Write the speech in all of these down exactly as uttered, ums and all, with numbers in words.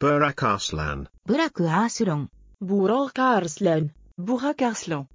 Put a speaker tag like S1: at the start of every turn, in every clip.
S1: Burak Arslan.
S2: Burak Arslan.
S3: Burak Arslan. Burak Arslan.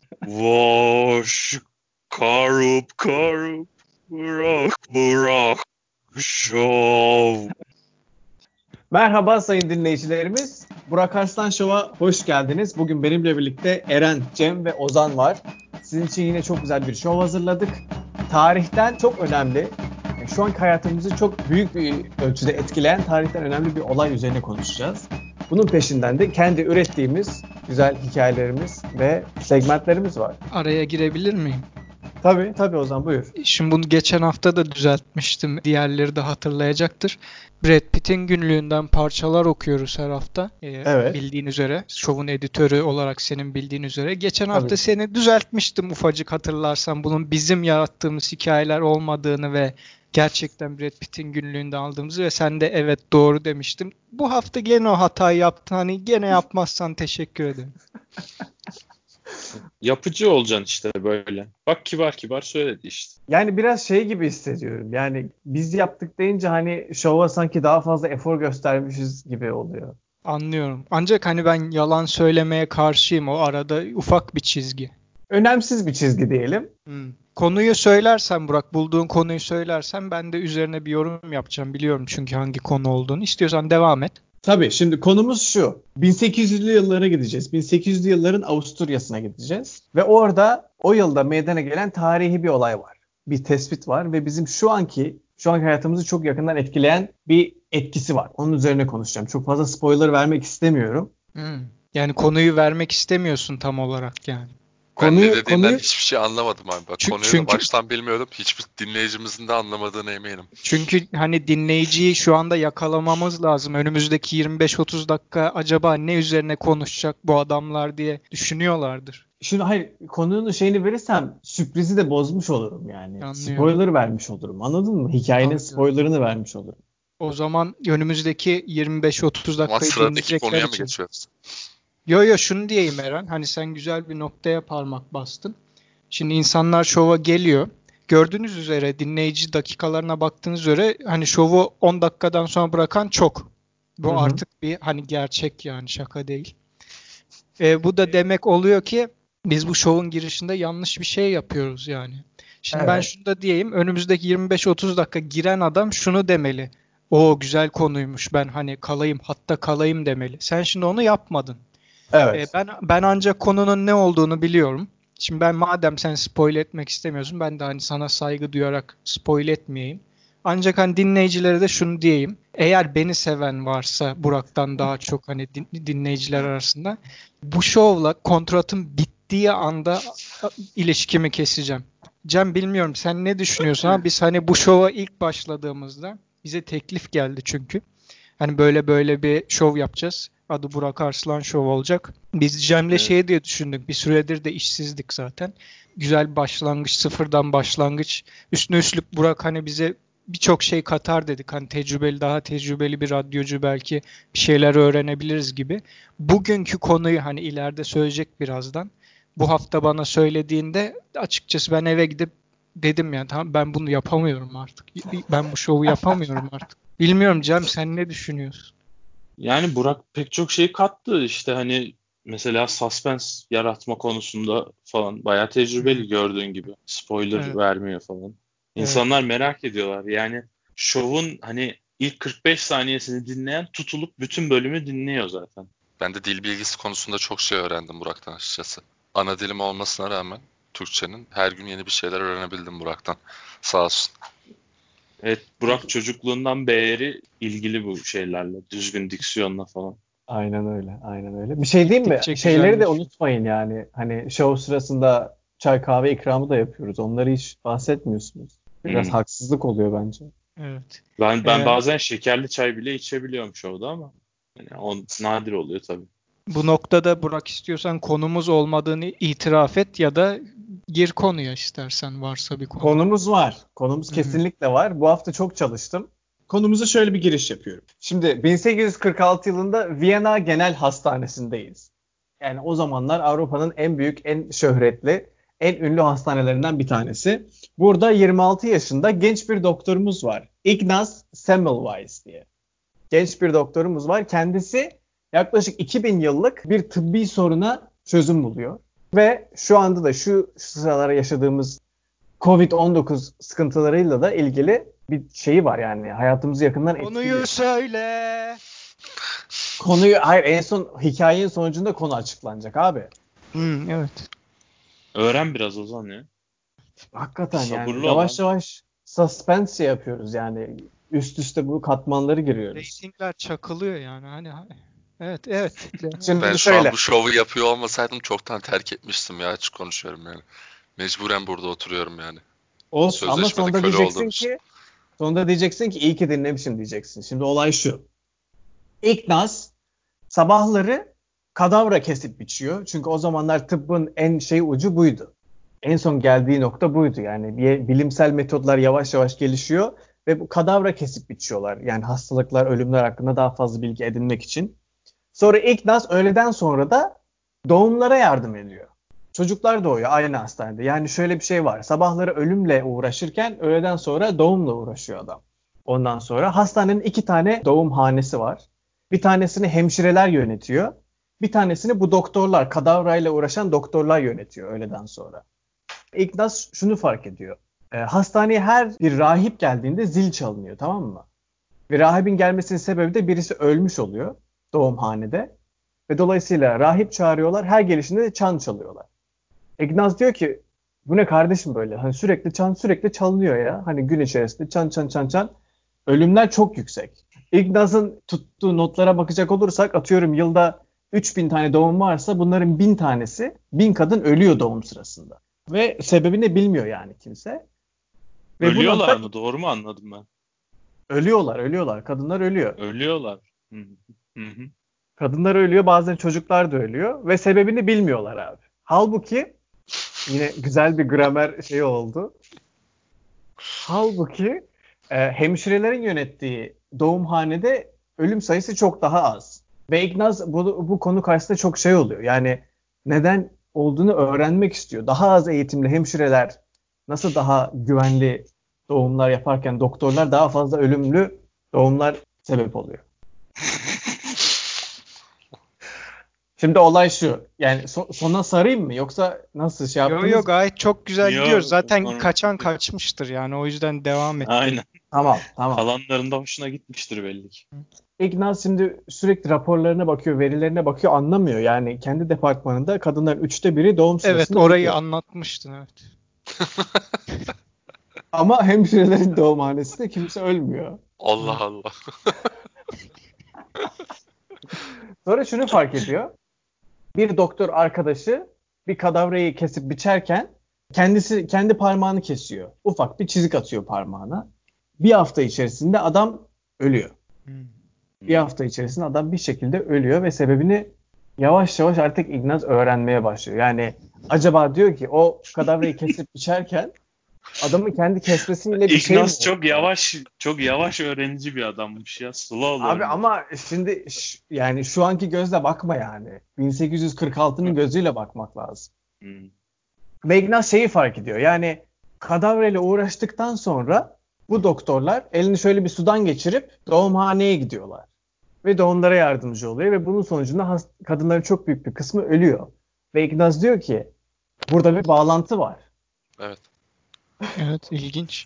S4: Voş karup karup Burak Burak Show.
S5: Merhaba sayın dinleyicilerimiz. Burak Arslan Show'a hoş geldiniz. Bugün benimle birlikte Eren, Cem ve Ozan var. Sizin için yine çok güzel bir show hazırladık. Tarihten çok önemli, şu anki hayatımızı çok büyük bir ölçüde etkileyen tarihten önemli bir olay üzerine konuşacağız. Bunun peşinden de kendi ürettiğimiz güzel hikayelerimiz ve segmentlerimiz var.
S6: Araya girebilir miyim?
S5: Tabii, tabii Ozan buyur.
S6: Şimdi bunu geçen hafta da düzeltmiştim. Diğerleri de hatırlayacaktır. Brad Pitt'in günlüğünden parçalar okuyoruz her hafta. Ee,
S5: Evet.
S6: Bildiğin üzere. Şovun editörü olarak senin bildiğin üzere. Geçen hafta
S5: Tabii.
S6: seni düzeltmiştim ufacık hatırlarsan. Bunun bizim yarattığımız hikayeler olmadığını ve gerçekten Brad Pitt'in günlüğünde aldığımızı ve sen de evet doğru demiştim. Bu hafta gene o hatayı yaptın. Hani gene yapmazsan teşekkür ederim.
S4: Yapıcı olacaksın işte böyle. Bak kibar kibar söyledi işte.
S5: Yani biraz şey gibi hissediyorum. Yani biz yaptık deyince hani şova sanki daha fazla efor göstermişiz gibi oluyor.
S6: Anlıyorum. Ancak hani ben yalan söylemeye karşıyım. O arada ufak bir çizgi.
S5: Önemsiz bir çizgi diyelim.
S6: Hmm. Konuyu söylersen Burak, bulduğun konuyu söylersen ben de üzerine bir yorum yapacağım. Biliyorum çünkü hangi konu olduğunu. İstiyorsan devam et.
S5: Tabii şimdi konumuz şu. bin sekiz yüzlü yıllara gideceğiz. bin sekiz yüzlü yılların Avusturya'sına gideceğiz. Ve orada o yılda meydana gelen tarihi bir olay var. Bir tespit var ve bizim şu anki şu anki hayatımızı çok yakından etkileyen bir etkisi var. Onun üzerine konuşacağım. Çok fazla spoiler vermek istemiyorum.
S6: Hmm. Yani konuyu vermek istemiyorsun tam olarak yani.
S7: Ben
S5: Konuyu-
S7: ne dediğinden
S5: konuyu-
S7: hiçbir şey anlamadım abi. Bak
S6: Çü-
S7: konuyu
S6: çünkü-
S7: da baştan bilmiyordum. Hiçbir dinleyicimizin de anlamadığına eminim.
S6: Çünkü hani dinleyiciyi şu anda yakalamamız lazım. Önümüzdeki yirmi beş otuz dakika acaba ne üzerine konuşacak bu adamlar diye düşünüyorlardır.
S5: Şimdi hayır konunun şeyini verirsem sürprizi de bozmuş olurum yani.
S6: Anlıyorum.
S5: Spoiler vermiş olurum. Anladın mı? Hikayenin
S6: Anlıyorum.
S5: spoilerını vermiş olurum.
S6: O zaman önümüzdeki yirmi beş otuz
S7: Ama
S6: dakikayı
S7: sıradaki
S6: dinleyecekler
S7: konuya mı
S6: için.
S7: geçiyoruz?
S6: Yo yo şunu diyeyim Eren. Hani sen güzel bir noktaya parmak bastın. Şimdi insanlar şova geliyor. Gördüğünüz üzere dinleyici dakikalarına baktığınız üzere hani şovu on dakikadan sonra bırakan çok. Bu
S5: Hı hı.
S6: artık bir hani gerçek yani şaka değil. E, bu da demek oluyor ki biz bu şovun girişinde yanlış bir şey yapıyoruz yani. Şimdi ben
S5: Evet.
S6: şunu da diyeyim. Önümüzdeki yirmi beş otuz dakika giren adam şunu demeli. O güzel konuymuş ben hani kalayım hatta kalayım demeli. Sen şimdi onu yapmadın.
S5: Evet.
S6: E, ben ben ancak konunun ne olduğunu biliyorum. Şimdi ben madem sen spoil etmek istemiyorsun ben de hani sana saygı duyarak spoil etmeyeyim. Ancak hani dinleyicilere de şunu diyeyim. Eğer beni seven varsa Burak'tan daha çok hani din- dinleyiciler arasında bu şovla kontratım bittiği anda a- ilişkimi keseceğim. Cem bilmiyorum sen ne düşünüyorsun ama biz hani bu şova ilk başladığımızda bize teklif geldi çünkü. Hani böyle böyle bir şov yapacağız. Adı Burak Arslan Show olacak. Biz Cem'le
S4: Evet.
S6: şey diye düşündük. Bir süredir de işsizdik zaten. Güzel bir başlangıç, sıfırdan başlangıç. Üstüne üstlük Burak hani bize birçok şey katar dedik. Hani tecrübeli, daha tecrübeli bir radyocu belki bir şeyler öğrenebiliriz gibi. Bugünkü konuyu hani ileride söyleyecek birazdan. Bu hafta bana söylediğinde açıkçası ben eve gidip dedim yani tamam ben bunu yapamıyorum artık. Ben bu şovu yapamıyorum artık. Bilmiyorum Cem sen ne düşünüyorsun?
S4: Yani Burak pek çok şey kattı işte hani mesela suspense yaratma konusunda falan bayağı tecrübeli
S6: Hmm.
S4: gördüğün gibi. Spoiler
S6: Evet.
S4: vermiyor falan. İnsanlar merak ediyorlar. Yani şovun hani ilk kırk beş saniyesini dinleyen tutulup bütün bölümü dinliyor zaten.
S7: Ben de dil bilgisi konusunda çok şey öğrendim Burak'tan açıkçası. Ana dilim olmasına rağmen Türkçenin her gün yeni bir şeyler öğrenebildim Burak'tan. Sağ olsun.
S4: Evet, Burak çocukluğundan beri ilgili bu şeylerle, düzgün diksiyonla falan.
S5: Aynen öyle. Aynen öyle. Bir şey diyeyim mi?
S6: Gittikçe
S5: Şeyleri de
S6: güzelleşiyor.
S5: unutmayın yani. Hani show sırasında çay kahve ikramı da yapıyoruz. Onları hiç bahsetmiyorsunuz. Biraz
S4: Hmm.
S5: haksızlık oluyor bence.
S6: Evet.
S4: Ben ben
S6: Ee,
S4: bazen şekerli çay bile içebiliyorum şovda ama yani o nadir oluyor tabii.
S6: Bu noktada Burak istiyorsan konumuz olmadığını itiraf et ya da gir konuya istersen varsa bir konu.
S5: Konumuz var. Konumuz
S6: Hı hı.
S5: kesinlikle var. Bu hafta çok çalıştım. Konumuza şöyle bir giriş yapıyorum. Şimdi bin sekiz yüz kırk altı yılında Viyana Genel Hastanesi'ndeyiz. Yani o zamanlar Avrupa'nın en büyük, en şöhretli, en ünlü hastanelerinden bir tanesi. Burada yirmi altı yaşında genç bir doktorumuz var. Ignaz Semmelweis diye. genç bir doktorumuz var. Kendisi yaklaşık iki bin yıllık bir tıbbi soruna çözüm buluyor. Ve şu anda da şu sıralara yaşadığımız covid on dokuz sıkıntılarıyla da ilgili bir şeyi var yani. Hayatımızı yakından etkiliyor.
S6: Konuyu söyle.
S5: Konuyu, hayır, en son hikayenin sonucunda konu açıklanacak abi.
S6: Hmm, evet.
S4: Öğren biraz Ozan ya.
S5: Hakikaten yani
S4: Sabırlı
S5: yavaş
S4: olan.
S5: yavaş suspense yapıyoruz yani. Üst üste bu katmanları giriyoruz.
S6: Ratingler çakılıyor yani. Hani evet evet.
S5: Şimdi
S7: Ben şu
S5: şöyle.
S7: an bu şovu yapıyor olmasaydım çoktan terk etmiştim ya, açık konuşuyorum yani. Mecburen burada oturuyorum yani.
S5: Olsun ama
S7: Sözleşmede
S5: sonunda
S7: köle
S5: diyeceksin
S7: olduğum için.
S5: ki sonunda diyeceksin ki iyi ki dinlemişim diyeceksin. Şimdi olay şu. İknaz sabahları kadavra kesip biçiyor. Çünkü o zamanlar tıbbın en şey ucu buydu. En son geldiği nokta buydu. Yani bir bilimsel metotlar yavaş yavaş gelişiyor ve bu kadavra kesip biçiyorlar. Yani hastalıklar, ölümler hakkında daha fazla bilgi edinmek için. Sonra İknaz öğleden sonra da doğumlara yardım ediyor. Çocuklar doğuyor aynı hastanede. Yani şöyle bir şey var. Sabahları ölümle uğraşırken öğleden sonra doğumla uğraşıyor adam. Ondan sonra hastanenin iki tane doğum hanesi var. Bir tanesini hemşireler yönetiyor. Bir tanesini bu doktorlar, kadavrayla uğraşan doktorlar yönetiyor öğleden sonra. İknaz şunu fark ediyor. E, hastaneye her bir rahip geldiğinde zil çalınıyor, tamam mı? Ve rahibin gelmesinin sebebi de birisi ölmüş oluyor doğumhanede. Ve dolayısıyla rahip çağırıyorlar. Her gelişinde de çan çalıyorlar. İgnaz diyor ki bu ne kardeşim böyle? Hani sürekli çan sürekli çalınıyor ya. Hani gün içerisinde çan çan çan çan. Ölümler çok yüksek. İgnaz'ın tuttuğu notlara bakacak olursak atıyorum yılda üç bin tane doğum varsa bunların bin tanesi, bin kadın ölüyor doğum sırasında. Ve sebebini bilmiyor yani kimse. Ve bu
S4: Ölüyorlar
S5: nokta
S4: mı? Doğru mu anladım ben?
S5: ölüyorlar, ölüyorlar. Kadınlar ölüyor.
S4: Ölüyorlar. Hı hı. Hı hı.
S5: Kadınlar ölüyor, bazen çocuklar da ölüyor ve sebebini bilmiyorlar abi. Halbuki yine güzel bir gramer şey oldu. Halbuki e, hemşirelerin yönettiği doğumhanede ölüm sayısı çok daha az. Ve Ignaz bu, bu konu karşısında çok şey oluyor. Yani neden olduğunu öğrenmek istiyor. Daha az eğitimli hemşireler nasıl daha güvenli doğumlar yaparken doktorlar daha fazla ölümlü doğumlar sebep oluyor. Şimdi olay şu. Yani so- sona sarayım mı yoksa nasıl şey
S6: Yo
S5: yaptınız
S6: yo
S5: mı?
S6: gayet çok güzel gidiyor.
S4: Yo,
S6: Zaten
S4: sonra-
S6: kaçan kaçmıştır yani o yüzden devam et.
S4: Aynen.
S5: Tamam, tamam.
S4: Kalanlarında hoşuna gitmiştir belli ki.
S5: Ignaz şimdi sürekli raporlarına bakıyor, verilerine bakıyor, anlamıyor. Yani kendi departmanında kadınların üçte biri doğum
S6: Evet
S5: sırasında
S6: orayı
S5: ölüyor.
S6: anlatmıştın evet.
S5: Ama hemşirelerin doğumhanesinde kimse ölmüyor.
S7: Allah Allah.
S5: Sonra şunu fark ediyor. Bir doktor arkadaşı bir kadavrayı kesip biçerken kendisi kendi parmağını kesiyor. Ufak bir çizik atıyor parmağına. Bir hafta içerisinde adam ölüyor.
S6: Hmm.
S5: Bir hafta içerisinde adam bir şekilde ölüyor ve sebebini yavaş yavaş artık Ignaz öğrenmeye başlıyor. Yani acaba diyor ki o kadavrayı kesip biçerken adamın kendi kesmesiyle bir şey mi
S4: Ignaz çok
S5: oldu?
S4: yavaş, çok yavaş öğrenici bir adammış ya. Slow
S5: Abi
S4: learner.
S5: ama şimdi ş- yani şu anki gözle bakma yani. bin sekiz yüz kırk altının gözüyle bakmak lazım.
S4: Hmm.
S5: Ve Ignaz şeyi fark ediyor. Yani kadavreyle uğraştıktan sonra bu doktorlar elini şöyle bir sudan geçirip doğumhaneye gidiyorlar. Ve doğumlara yardımcı oluyor ve bunun sonucunda has- kadınların çok büyük bir kısmı ölüyor. Ve Ignaz diyor ki burada bir bağlantı var.
S7: Evet.
S6: Evet ilginç.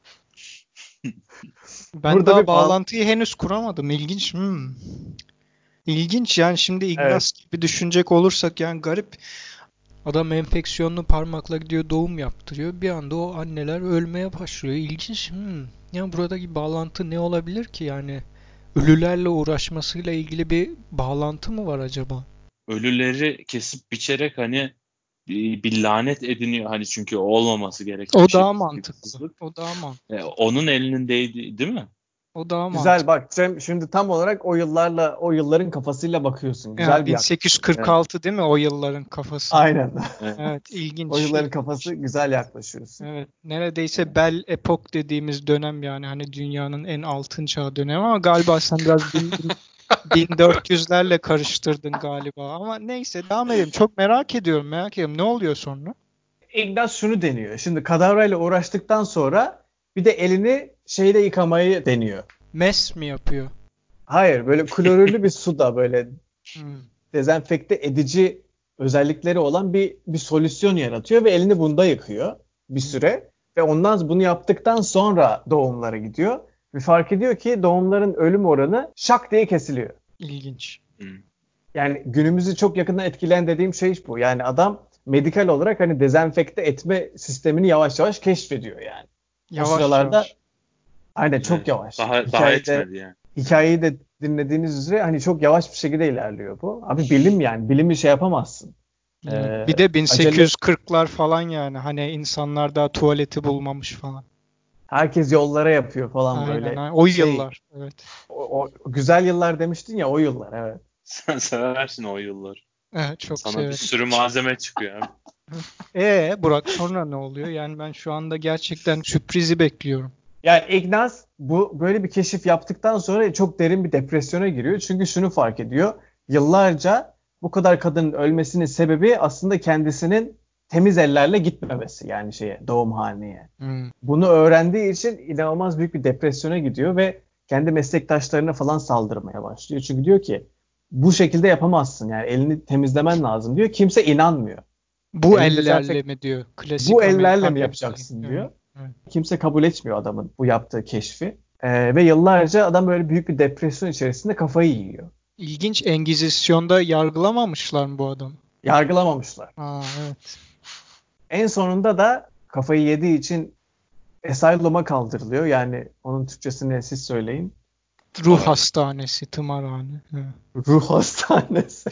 S6: Ben
S5: Burada
S6: daha
S5: bir bağ-
S6: bağlantıyı henüz kuramadım. İlginç. Hmm. İlginç yani şimdi Ignaz gibi düşünecek olursak yani garip. Adam enfeksiyonlu parmakla gidiyor doğum yaptırıyor. Bir anda o anneler ölmeye başlıyor. İlginç. Hmm. Yani buradaki bağlantı ne olabilir ki yani? Ölülerle uğraşmasıyla ilgili bir bağlantı mı var acaba?
S4: Ölüleri kesip biçerek hani bir, bir lanet ediniyor. Hani çünkü o olmaması gereken
S6: O
S4: şey.
S6: daha
S4: Bir
S6: mantıklı.
S4: saygısızlık.
S6: O daha mantıklı.
S4: E, onun elindeydi, değil mi?
S6: O daha
S5: Güzel
S6: mantıklı.
S5: bak Cem, şimdi tam olarak o yıllarla o yılların kafasıyla bakıyorsun.
S6: Ya
S5: Güzel bir yaklaşım. Evet.
S6: bin sekiz yüz kırk altı değil mi o yılların kafası?
S5: Aynen.
S4: Evet.
S6: Evet,
S5: O
S6: ilginç.
S5: yılların kafası güüzel yaklaşıyorsun.
S6: Evet, neredeyse Belle Epoch dediğimiz dönem yani hani dünyanın en altın çağı dönemi ama galiba sen biraz bin, bin- bin dört yüzlerle karıştırdın galiba ama neyse devam edelim. Çok merak ediyorum, merak ediyorum. Ne oluyor sonra?
S5: Ignaz şunu deniyor. Şimdi kadavrayla uğraştıktan sonra bir de elini şeyle yıkamayı deniyor.
S6: Mes mi yapıyor?
S5: Hayır, böyle klorürlü bir suda böyle
S6: Hmm.
S5: dezenfekte edici özellikleri olan bir bir solüsyon yaratıyor ve elini bunda yıkıyor bir süre ve ondan bunu yaptıktan sonra doğumlara gidiyor ve fark ediyor ki doğumların ölüm oranı şak diye kesiliyor.
S6: İlginç.
S4: Hı.
S5: Yani günümüzü çok yakından etkileyen dediğim şey bu. Yani adam medikal olarak hani dezenfekte etme sistemini yavaş yavaş keşfediyor yani.
S6: Yavaş
S5: o sıralarda
S6: yavaş.
S5: aynen çok
S4: Evet.
S5: yavaş.
S4: Daha, daha
S5: Hikayede,
S4: etmedi yani.
S5: hikayeyi de dinlediğiniz üzere hani çok yavaş bir şekilde ilerliyor bu. Abi bilim yani. Bilimi şey yapamazsın.
S6: Yani
S5: Ee,
S6: bir de
S5: acele
S6: bin sekiz yüz kırklar falan yani. Hani insanlar daha tuvaleti bulmamış falan.
S5: herkes yollara yapıyor falan
S6: Aynen,
S5: böyle.
S6: aynen. O
S5: Şey
S6: yıllar. Evet.
S5: o, o güzel yıllar demiştin ya o yıllar evet.
S4: Sen seversin o yılları.
S6: Evet, çok
S4: Sana bir
S6: severim.
S4: sürü malzeme çıkıyor abi.
S6: Ee Burak, sonra ne oluyor? Yani ben şu anda gerçekten sürprizi bekliyorum.
S5: Yani Ignaz bu böyle bir keşif yaptıktan sonra çok derin bir depresyona giriyor. Çünkü şunu fark ediyor. Yıllarca bu kadar kadının ölmesinin sebebi aslında kendisinin temiz ellerle gitmemesi yani şeye doğumhaneye.
S6: Hmm.
S5: Bunu öğrendiği için inanılmaz büyük bir depresyona gidiyor ve kendi meslektaşlarına falan saldırmaya başlıyor. Çünkü diyor ki bu şekilde yapamazsın yani elini temizlemen lazım diyor. Kimse inanmıyor.
S6: Bu
S5: Elini
S6: ellerle
S5: dezenfek
S6: mi diyor?
S5: bu
S6: Klasik
S5: ellerle
S6: Amerikan
S5: mi
S6: mesleği.
S5: yapacaksın
S6: Evet,
S5: diyor.
S6: evet.
S5: Kimse kabul etmiyor adamın bu yaptığı keşfi. Ee, ve yıllarca adam böyle büyük bir depresyon içerisinde kafayı yiyor.
S6: İlginç, Engizisyon'da yargılamamışlar mı bu adamı?
S5: Yargılamamışlar.
S6: Aa, evet.
S5: En sonunda da kafayı yediği için asylum'a kaldırılıyor. Yani onun Türkçesini siz söyleyin.
S6: Ruh
S4: Tımarhane.
S6: hastanesi, tımarhane. Evet.
S5: Ruh hastanesi.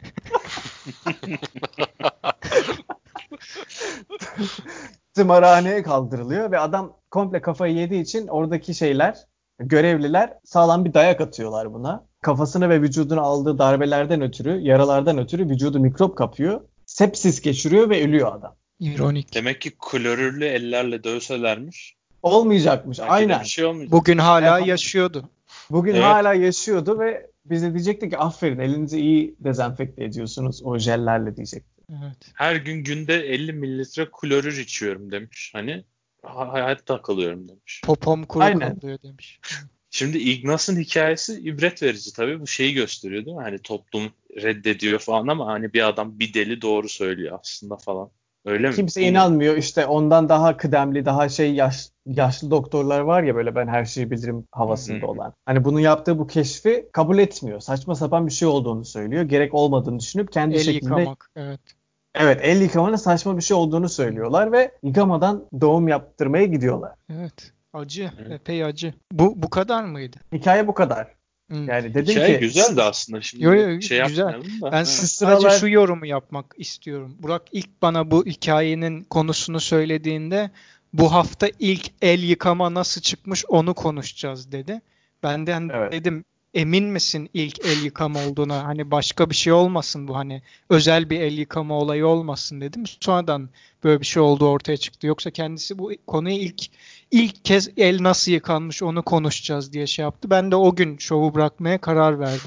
S5: Tımarhaneye kaldırılıyor ve adam komple kafayı yediği için oradaki şeyler, görevliler sağlam bir dayak atıyorlar buna. Kafasına ve vücuduna aldığı darbelerden ötürü, yaralardan ötürü vücudu mikrop kapıyor. Sepsis geçiriyor ve ölüyor adam.
S6: İronik.
S4: Demek ki klorürlü ellerle dövselermiş.
S5: Olmayacakmış.
S4: Belki de bir
S5: Aynen.
S4: şey olmayacak.
S6: Bugün hala
S5: Yapam-
S6: yaşıyordu.
S5: Bugün
S4: Evet.
S5: hala yaşıyordu ve bize diyecekti ki aferin elinizi iyi dezenfekte ediyorsunuz o jellerle diyecekti.
S6: Evet.
S4: Her gün günde elli mililitre klorür içiyorum demiş. Hani ha- hayatta kalıyorum demiş.
S6: Popom kuru
S5: Aynen.
S6: kalıyor demiş.
S4: Şimdi Ignaz'ın hikayesi ibret verici tabii. Bu şeyi gösteriyor değil mi? Hani toplum reddediyor falan ama hani bir adam bir deli doğru söylüyor aslında falan. Öyle mi?
S5: Kimse
S4: Bu mu?
S5: inanmıyor. İşte ondan daha kıdemli, daha şey yaş, yaşlı doktorlar var ya böyle ben her şeyi bilirim havasında
S4: Hı hı.
S5: olan. Hani bunu yaptığı bu keşfi kabul etmiyor. Saçma sapan bir şey olduğunu söylüyor. Gerek olmadığını düşünüp kendi
S6: El
S5: şekilde
S6: yıkamak. Evet.
S5: evet el yıkamanın saçma bir şey olduğunu söylüyorlar ve yıkamadan doğum yaptırmaya gidiyorlar.
S6: Evet. Acı.
S4: Evet.
S6: Epey acı. Bu bu kadar mıydı?
S5: Hikaye bu kadar.
S6: Hmm.
S5: Yani dedim
S4: Hikaye
S5: ki
S4: güzeldi aslında.
S6: Yo,
S4: Şimdi
S6: yo,
S4: şey
S6: güzel.
S4: yapmayalım da.
S6: Ben
S4: Evet.
S5: şu
S6: sadece
S5: sıralar
S6: şu yorumu yapmak istiyorum. Burak ilk bana bu hikayenin konusunu söylediğinde bu hafta ilk el yıkama nasıl çıkmış onu konuşacağız dedi. Ben de hani
S5: evet.
S6: dedim, emin misin ilk el yıkama olduğuna, hani başka bir şey olmasın bu, hani özel bir el yıkama olayı olmasın dedim. Sonradan böyle bir şey olduğu ortaya çıktı. Yoksa kendisi bu konuyu ilk ilk kez el nasıl yıkanmış onu konuşacağız diye şey yaptı. Ben de o gün şovu bırakmaya karar verdim.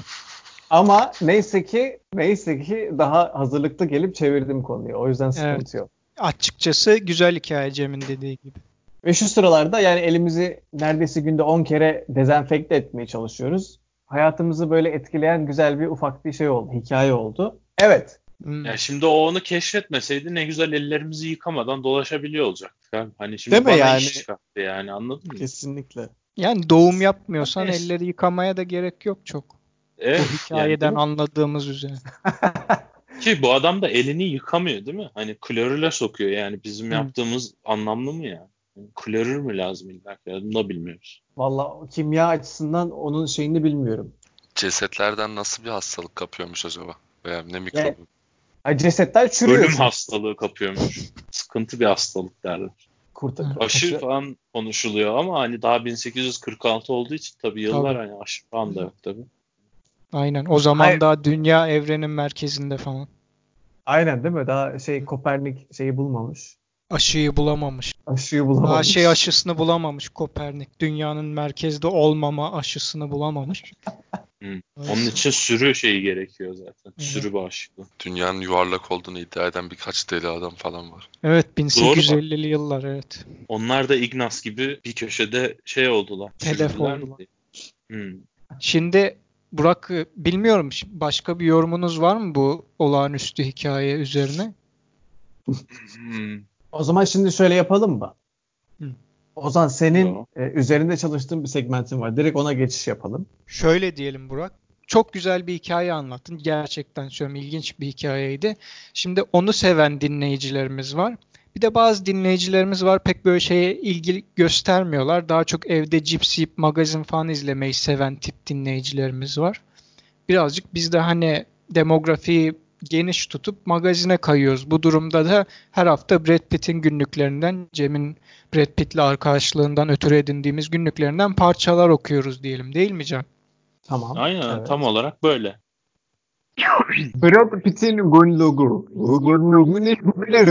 S5: Ama neyse ki neyse ki daha hazırlıklı gelip çevirdim konuyu. O yüzden
S6: Evet.
S5: sıkıntı yok.
S6: Açıkçası güzel hikaye, Cem'in dediği gibi.
S5: Ve şu sıralarda yani elimizi neredeyse günde on kere dezenfekte etmeye çalışıyoruz. Hayatımızı böyle etkileyen güzel bir ufak bir şey oldu, hikaye oldu. Evet,
S6: Hmm.
S4: Ya şimdi o onu keşfetmeseydi ne güzel ellerimizi yıkamadan dolaşabiliyor olacaktık abi. Hani şimdi
S5: değil mi
S4: bana
S5: yani?
S4: iş çıkarttı yani anladın mı?
S5: Kesinlikle.
S6: Yani doğum yapmıyorsan
S4: Neyse.
S6: elleri yıkamaya da gerek yok çok. Bu
S4: Evet yani değil
S6: hikayeden
S4: mi?
S6: anladığımız üzere.
S4: Ki bu adam da elini yıkamıyor değil mi? Hani klorürle sokuyor yani bizim
S6: Hmm.
S4: yaptığımız anlamlı mı yani? Yani klorür mü lazım illa ki? Bunu da bilmiyoruz.
S5: Vallahi kimya açısından onun şeyini bilmiyorum.
S7: Cesetlerden nasıl bir hastalık kapıyormuş acaba? Veya ne
S5: Yani
S7: mikrobu?
S5: ay, cesetler çürüyor
S4: Ölüm
S5: çünkü.
S4: hastalığı kapıyormuş. Sıkıntı bir hastalık derler.
S5: Kurt
S6: Evet.
S4: Aşı
S5: aşı.
S4: falan konuşuluyor ama hani daha bin sekiz yüz kırk altı olduğu için tabii yıllar
S6: Tabii.
S4: hani aşı falan da yok tabii.
S6: Aynen. O zaman
S5: Hayır,
S6: daha dünya evrenin merkezinde falan.
S5: aynen değil mi? Daha şey Kopernik şeyi bulmamış.
S6: Aşıyı bulamamış.
S5: Aşıyı
S6: Daha şey
S5: bulamamış.
S6: aşısını bulamamış Kopernik. Dünyanın merkezde olmama aşısını bulamamış.
S4: Hı. Onun
S6: Dolayısıyla.
S4: için sürü şeyi gerekiyor zaten.
S6: Evet.
S4: Sürü bağışıklığı.
S7: Dünyanın yuvarlak olduğunu iddia eden birkaç deli adam falan var.
S6: Evet,
S4: Doğru bak.
S6: bin sekiz yüz ellili yıllar, evet.
S4: Onlar da Ignaz gibi bir köşede şey oldular.
S6: Telef
S4: Çürüdüler mi?
S6: oldular.
S4: Hı.
S6: Şimdi Burak, e, bilmiyorum, başka bir yorumunuz var mı bu olağanüstü hikaye üzerine?
S4: Hmm.
S5: O zaman şimdi şöyle yapalım mı?
S6: Hı.
S5: Ozan, senin
S4: Yo.
S5: e, üzerinde çalıştığın bir segmentin var. Direkt ona geçiş yapalım.
S6: Şöyle diyelim Burak. Çok güzel bir hikaye anlattın. Gerçekten söylüyorum, ilginç bir hikayeydi. Şimdi onu seven dinleyicilerimiz var. Bir de bazı dinleyicilerimiz var, pek böyle şeye ilgi göstermiyorlar. Daha çok evde cips yiyip magazin falan izlemeyi seven tip dinleyicilerimiz var. Birazcık biz de hani demografiyi geniş tutup magazine kayıyoruz. Bu durumda da her hafta Brad Pitt'in günlüklerinden, Cem'in Brad Pitt'le arkadaşlığından ötürü edindiğimiz günlüklerinden parçalar okuyoruz diyelim, değil mi Can?
S5: Tamam.
S4: Aynen
S5: Evet.
S4: tam olarak böyle.
S5: Brad Pitt'in günlüğü.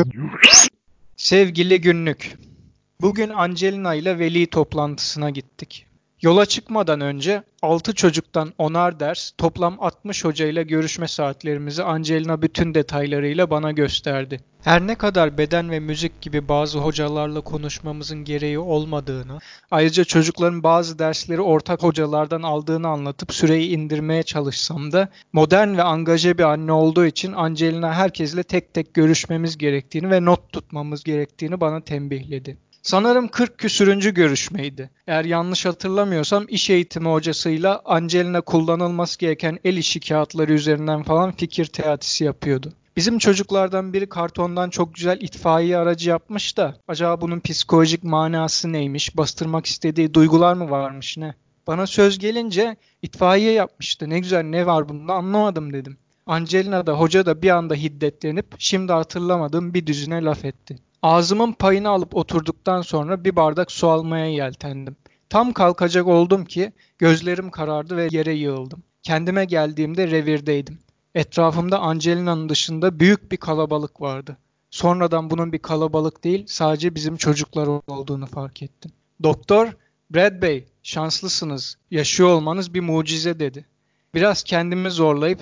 S6: Sevgili günlük. Bugün Angelina ile veli toplantısına gittik. Yola çıkmadan önce altı çocuktan onar ders, toplam altmış hocayla görüşme saatlerimizi Angelina bütün detaylarıyla bana gösterdi. Her ne kadar beden ve müzik gibi bazı hocalarla konuşmamızın gereği olmadığını, ayrıca çocukların bazı dersleri ortak hocalardan aldığını anlatıp süreyi indirmeye çalışsam da modern ve angaje bir anne olduğu için Angelina herkesle tek tek görüşmemiz gerektiğini ve not tutmamız gerektiğini bana tembihledi. Sanırım kırk küsürüncü görüşmeydi. Eğer yanlış hatırlamıyorsam iş eğitimi hocasıyla Angelina kullanılması gereken el işi kağıtları üzerinden falan fikir teatisi yapıyordu. Bizim çocuklardan biri kartondan çok güzel itfaiye aracı yapmış da acaba bunun psikolojik manası neymiş, bastırmak istediği duygular mı varmış ne? Bana söz gelince itfaiye yapmıştı. Ne güzel, ne var bunda anlamadım dedim. Angelina da hoca da bir anda hiddetlenip şimdi hatırlamadığım bir düzine laf etti. Ağzımın payını alıp oturduktan sonra bir bardak su almaya yeltendim. Tam kalkacak oldum ki gözlerim karardı ve yere yığıldım. Kendime geldiğimde revirdeydim. Etrafımda Angelina'nın dışında büyük bir kalabalık vardı. Sonradan bunun bir kalabalık değil, sadece bizim çocuklar olduğunu fark ettim. Doktor, Brad Bey, şanslısınız, yaşıyor olmanız bir mucize dedi. Biraz kendimi zorlayıp,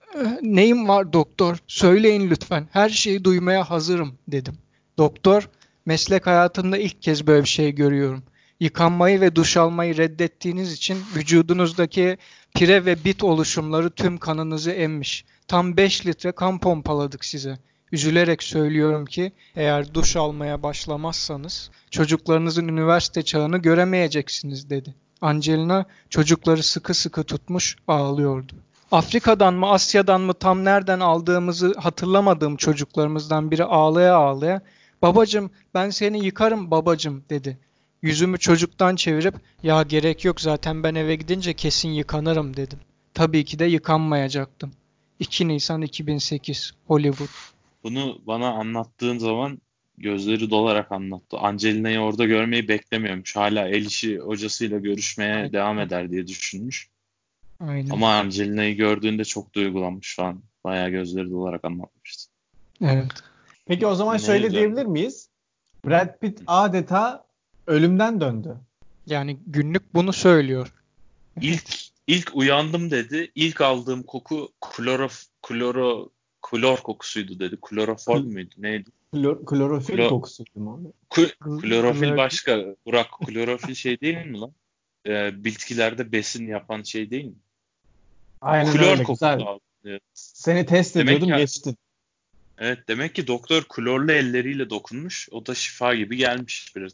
S6: neyim var doktor, söyleyin lütfen, her şeyi duymaya hazırım dedim. Doktor, meslek hayatımda ilk kez böyle bir şey görüyorum. Yıkanmayı ve duş almayı reddettiğiniz için vücudunuzdaki pire ve bit oluşumları tüm kanınızı emmiş. Tam beş litre kan pompaladık size. Üzülerek söylüyorum ki eğer duş almaya başlamazsanız çocuklarınızın üniversite çağını göremeyeceksiniz dedi. Angelina çocukları sıkı sıkı tutmuş ağlıyordu. Afrika'dan mı Asya'dan mı tam nereden aldığımızı hatırlamadığım çocuklarımızdan biri ağlaya ağlaya babacım ben seni yıkarım babacım dedi. Yüzümü çocuktan çevirip ya gerek yok zaten ben eve gidince kesin yıkanırım dedim. Tabii ki de yıkanmayacaktım. iki Nisan iki bin sekiz Hollywood.
S4: Bunu bana anlattığın zaman gözleri dolarak anlattı. Angelina'yı orada görmeyi beklemiyormuş. Hala el işi hocasıyla görüşmeye
S6: Aynen.
S4: devam eder diye düşünmüş.
S6: Aynen.
S4: Ama Angelina'yı gördüğünde çok duygulanmış falan. Bayağı gözleri dolarak anlatmıştı.
S6: Evet.
S5: Peki o zaman
S4: Ne
S5: şöyle
S4: güzel.
S5: diyebilir miyiz? Brad Pitt adeta ölümden döndü.
S6: Yani günlük bunu söylüyor.
S4: İlk ilk uyandım dedi. İlk aldığım koku klorof kloro klor kokusuydu dedi. Kloroform
S5: Kl-
S4: muydu? Neydi?
S5: klor- klorofil
S4: Klo,
S5: kokusuydu mu abi?
S4: ku-
S6: Gl-
S4: klorofil
S6: gl-
S4: başka. Burak, klorofil şey değil mi lan? Ee, bitkilerde besin yapan şey değil mi?
S5: Aynen
S4: Klor
S5: öyle,
S4: kokusu
S5: güzel.
S4: aldım diyor.
S5: Seni test
S4: Demek
S5: ediyordum,
S4: ki
S5: geçtin.
S4: evet demek ki doktor klorlu elleriyle dokunmuş. O da şifa gibi gelmiş biraz.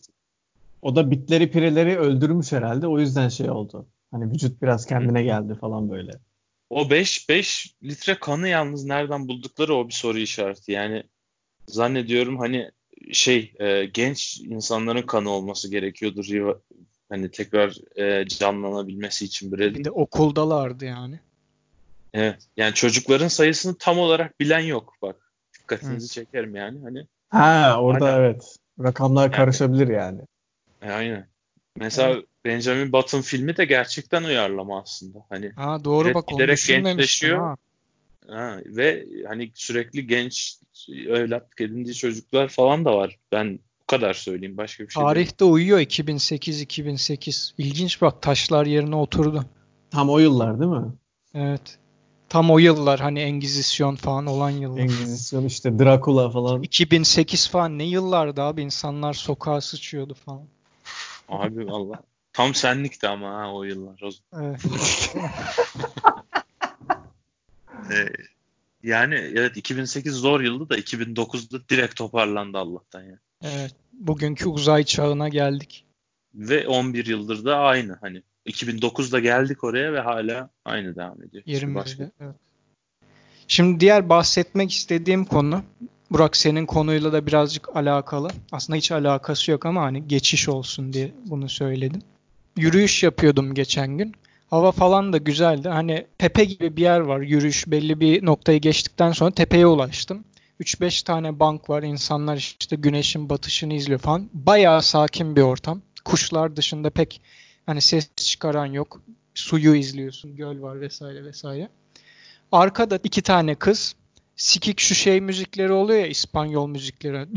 S5: O da bitleri pireleri öldürmüş herhalde. O yüzden şey oldu. Hani vücut biraz kendine geldi falan böyle.
S4: O beş beş litre kanı yalnız nereden buldukları o bir soru işareti. Yani zannediyorum hani şey e, genç insanların kanı olması gerekiyordur. Riva- Hani tekrar e, canlanabilmesi için
S6: Bir
S4: Brad'in.
S6: de okuldalardı yani.
S4: Evet. Yani çocukların sayısını tam olarak bilen yok bak.
S6: Evet.
S4: Dikkatinizi çekerim yani. Hani
S5: Ha, orada
S4: hala
S5: evet. Rakamlar
S4: yani
S5: karışabilir yani.
S4: e, aynen.
S6: Evet.
S4: Mesela Benjamin Button filmi de gerçekten uyarlama aslında. Hani
S6: Ha, doğru
S4: Brad
S6: bak, onu
S4: giderek
S6: düşünmemiştim
S4: gençleşiyor.
S6: ha.
S4: Ha, ve hani sürekli genç evlatlık edindiği çocuklar falan da var. Ben bu kadar söyleyeyim. Başka bir şey demeyeyim.
S6: Tarihte uyuyor iki bin sekiz iki bin sekiz. İlginç bak, taşlar yerine oturdu.
S5: Tam o yıllar değil mi?
S6: Evet. Tam o yıllar, hani Engizisyon falan olan yıllar.
S5: Engizisyon işte, Dracula falan.
S6: iki bin sekiz falan ne yıllardı abi, insanlar sokağa sıçıyordu falan.
S4: Abi valla. Tam senlikti ama ha o yıllar. O,
S6: Evet.
S4: e, yani evet iki bin sekiz zor yıldı da iki bin dokuzda direkt toparlandı Allah'tan ya.
S6: Evet. Bugünkü uzay çağına geldik.
S4: Ve on bir yıldır da aynı hani. iki bin dokuzda geldik oraya ve hala aynı devam ediyor. Hiçbir başka.
S6: yirmi. Evet. Şimdi diğer bahsetmek istediğim konu, Burak senin konuyla da birazcık alakalı. Aslında hiç alakası yok ama hani geçiş olsun diye bunu söyledim. Yürüyüş yapıyordum geçen gün. Hava falan da güzeldi. Hani tepe gibi bir yer var. Yürüyüş belli bir noktayı geçtikten sonra tepeye ulaştım. üç beş tane bank var. İnsanlar işte güneşin batışını izliyor falan. Bayağı sakin bir ortam. Kuşlar dışında pek hani ses çıkaran yok. Suyu izliyorsun. Göl var vesaire vesaire. Arkada iki tane kız. Sikik şu şey müzikleri oluyor ya, İspanyol müzikleri.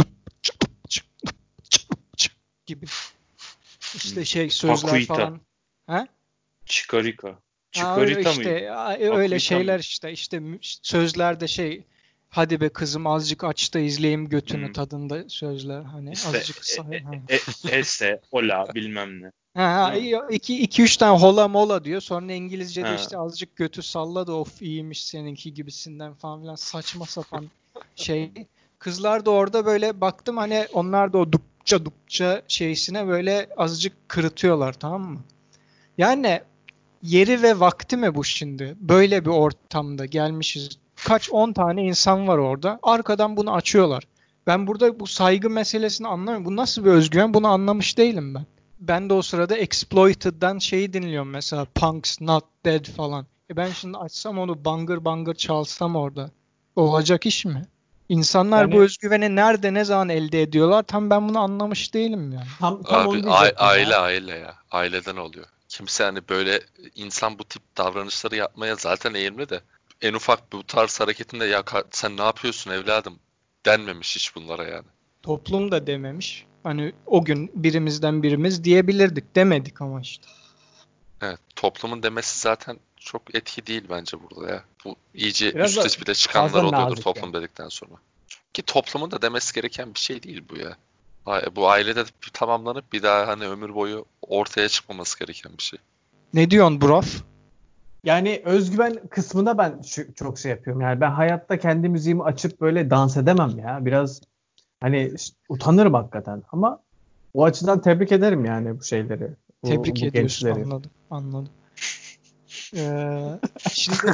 S6: Gibi. İşte şey sözler
S4: Paquita.
S6: falan. Ha?
S4: Chikorita.
S6: Ha, öyle
S4: Chikorita mıydı?
S6: işte a- öyle
S4: Paquita
S6: şeyler
S4: mı?
S6: işte işte mü- sözlerde şey, hadi be kızım azıcık aç da izleyeyim götünü
S4: Hmm.
S6: tadında sözler hani
S4: İşte
S6: azıcık
S4: e,
S6: sah- ha.
S4: e, e, ese, ola bilmem ne.
S6: Ha, ha,
S4: Değil mi?
S6: iyi- iki, iki üç tane hola mola diyor. Sonra İngilizce'de
S4: Ha.
S6: işte azıcık götü salla da of iyiymiş seninki gibisinden falan filan saçma sapan şey. Kızlar da orada böyle baktım hani onlar da o dukça dukça şeysine böyle azıcık kırıtıyorlar, tamam mı? Yani yeri ve vakti mi bu şimdi? Böyle bir ortamda gelmişiz. Kaç on tane insan var orada. Arkadan bunu açıyorlar. Ben burada bu saygı meselesini anlamıyorum. Bu nasıl bir özgüven? Bunu anlamış değilim ben. Ben de o sırada Exploited'dan şeyi dinliyorum mesela. Punk's Not Dead falan. E ben şimdi açsam onu bangır bangır çalsam orada. Olacak iş mi? İnsanlar bu
S5: Yani
S6: özgüveni nerede ne zaman elde ediyorlar? Tam ben bunu anlamış değilim yani.
S5: tam tam
S7: Abi
S5: onu
S7: a-
S5: diyecektim
S7: aile
S5: ya.
S7: aile ya. Aileden oluyor. Kimse hani böyle insan bu tip davranışları yapmaya zaten eğilimli de en ufak bu tarz hareketinde ya ka- sen ne yapıyorsun evladım denmemiş hiç bunlara yani.
S6: Toplum da dememiş. Hani o gün birimizden birimiz diyebilirdik. Demedik ama işte.
S7: Evet, toplumun demesi zaten çok etki değil bence burada ya. Bu iyice
S5: Biraz
S7: üste
S5: da
S7: bile çıkanlar
S5: fazla
S7: oluyordur
S5: nazik
S7: toplum
S5: yani.
S7: dedikten sonra. Ki toplumun da demesi gereken bir şey değil bu ya. A- Bu ailede tamamlanıp bir daha hani ömür boyu ortaya çıkmaması gereken bir şey.
S6: Ne diyorsun Buraf?
S5: Yani özgüven kısmına ben şu- çok şey yapıyorum. Yani ben hayatta kendi müziğimi açıp böyle dans edemem ya. Biraz hani ş- utanırım hakikaten. Ama o açıdan tebrik ederim yani bu şeyleri. Bu,
S6: Tebrik
S5: bu
S6: ediyorsun,
S5: gençleri.
S6: anladım. Anladım. Ee, şimdi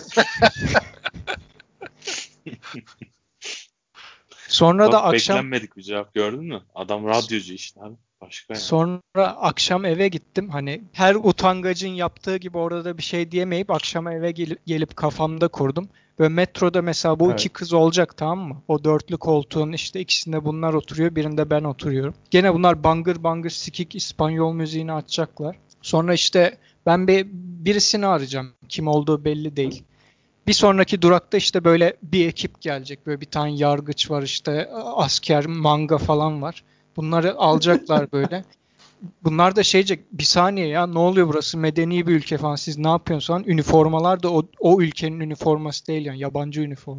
S6: sonra da
S4: Bak
S6: akşam
S4: beklenmedik bir cevap gördün mü? Adam radyocu işte abi. Başka yani.
S6: sonra akşam eve gittim. Hani her utangacın yaptığı gibi orada da bir şey diyemeyip akşama eve gelip, gelip kafamda kurdum. Böyle metroda mesela bu iki
S5: Evet.
S6: kız olacak, tamam mı? O dörtlü koltuğun işte ikisinde bunlar oturuyor, birinde ben oturuyorum. Gene bunlar bangır bangır sikik İspanyol müziğini açacaklar. Sonra işte ben bir birisini arayacağım. Kim olduğu belli değil. Bir sonraki durakta işte böyle bir ekip gelecek. Böyle bir tane yargıç var, işte asker, manga falan var. Bunları alacaklar böyle. Bunlar da şeyce bir saniye ya ne oluyor, burası medeni bir ülke falan, siz ne yapıyorsunuz falan. Üniformalar da o, o ülkenin üniforması değil yani, yabancı üniforma.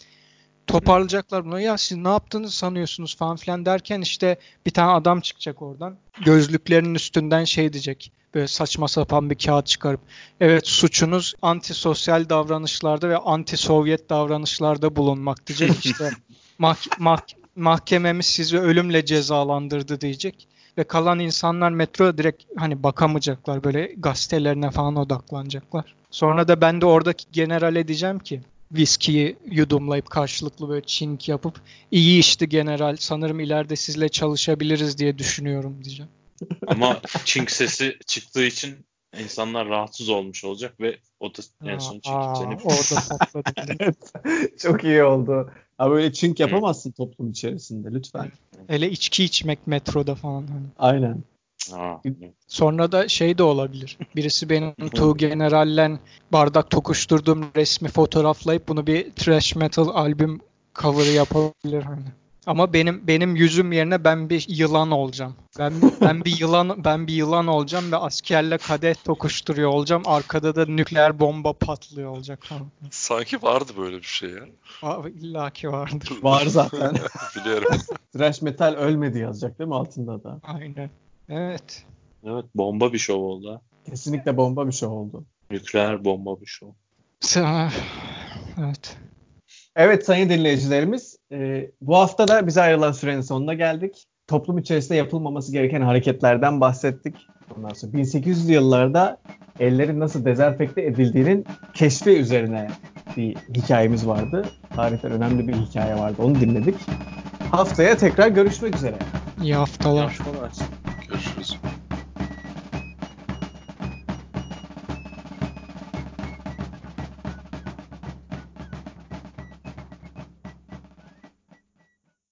S4: Hı.
S6: Toparlayacaklar bunu, ya siz ne yaptığınızı sanıyorsunuz falan filan derken işte bir tane adam çıkacak oradan. Gözlüklerinin üstünden şey diyecek. Böyle saçma sapan bir kağıt çıkarıp evet suçunuz antisosyal davranışlarda ve anti-Sovyet davranışlarda bulunmak diyecek. İşte mah- mah- mahkememiz sizi ölümle cezalandırdı diyecek. Ve kalan insanlar metroya direkt hani bakamayacaklar, böyle gazetelerine falan odaklanacaklar. Sonra da ben de oradaki generale diyeceğim ki viskiyi yudumlayıp karşılıklı böyle çink yapıp iyi işti general, sanırım ileride sizle çalışabiliriz diye düşünüyorum diyeceğim.
S4: Ama çink sesi çıktığı için insanlar rahatsız olmuş olacak ve o da en
S6: Aa,
S4: son çekip
S6: aa,
S4: seni
S6: orada patladım değil mi?
S5: Evet. Çok iyi oldu. Ama böyle çink
S4: Hı.
S5: yapamazsın toplum içerisinde lütfen.
S6: Evet. Hele içki içmek metroda falan hani.
S5: Aynen.
S4: Aa,
S6: Sonra da şey de olabilir. Birisi benim
S4: hı.
S6: Tu General'le bardak tokuşturduğum resmi fotoğraflayıp bunu bir thrash metal albüm cover'ı yapabilir hani. Ama benim benim yüzüm yerine ben bir yılan olacağım. Ben ben bir yılan ben bir yılan olacağım ve askerle kadeh tokuşturuyor olacağım. Arkada da nükleer bomba patlıyor olacak falan.
S7: Sanki vardı böyle bir şey ya.
S6: Aa, İlla ki vardır.
S5: Var zaten.
S7: Biliyorum.
S5: Thrash metal ölmedi yazacak değil mi altında da?
S6: Aynen. Evet.
S4: Evet, bomba bir şov oldu ha.
S5: Kesinlikle bomba bir şey oldu.
S4: Nükleer bomba bir şov.
S6: Sa- Evet.
S5: Evet sayın dinleyicilerimiz, e, bu hafta da bize ayrılan sürenin sonuna geldik. Toplum içerisinde yapılmaması gereken hareketlerden bahsettik. Ondan sonra bin sekiz yüzlü yıllarda ellerin nasıl dezenfekte edildiğinin keşfi üzerine bir hikayemiz vardı. Tarihten önemli bir hikaye vardı, onu dinledik. Haftaya tekrar görüşmek üzere.
S6: İyi haftalar.
S4: Yapmalar.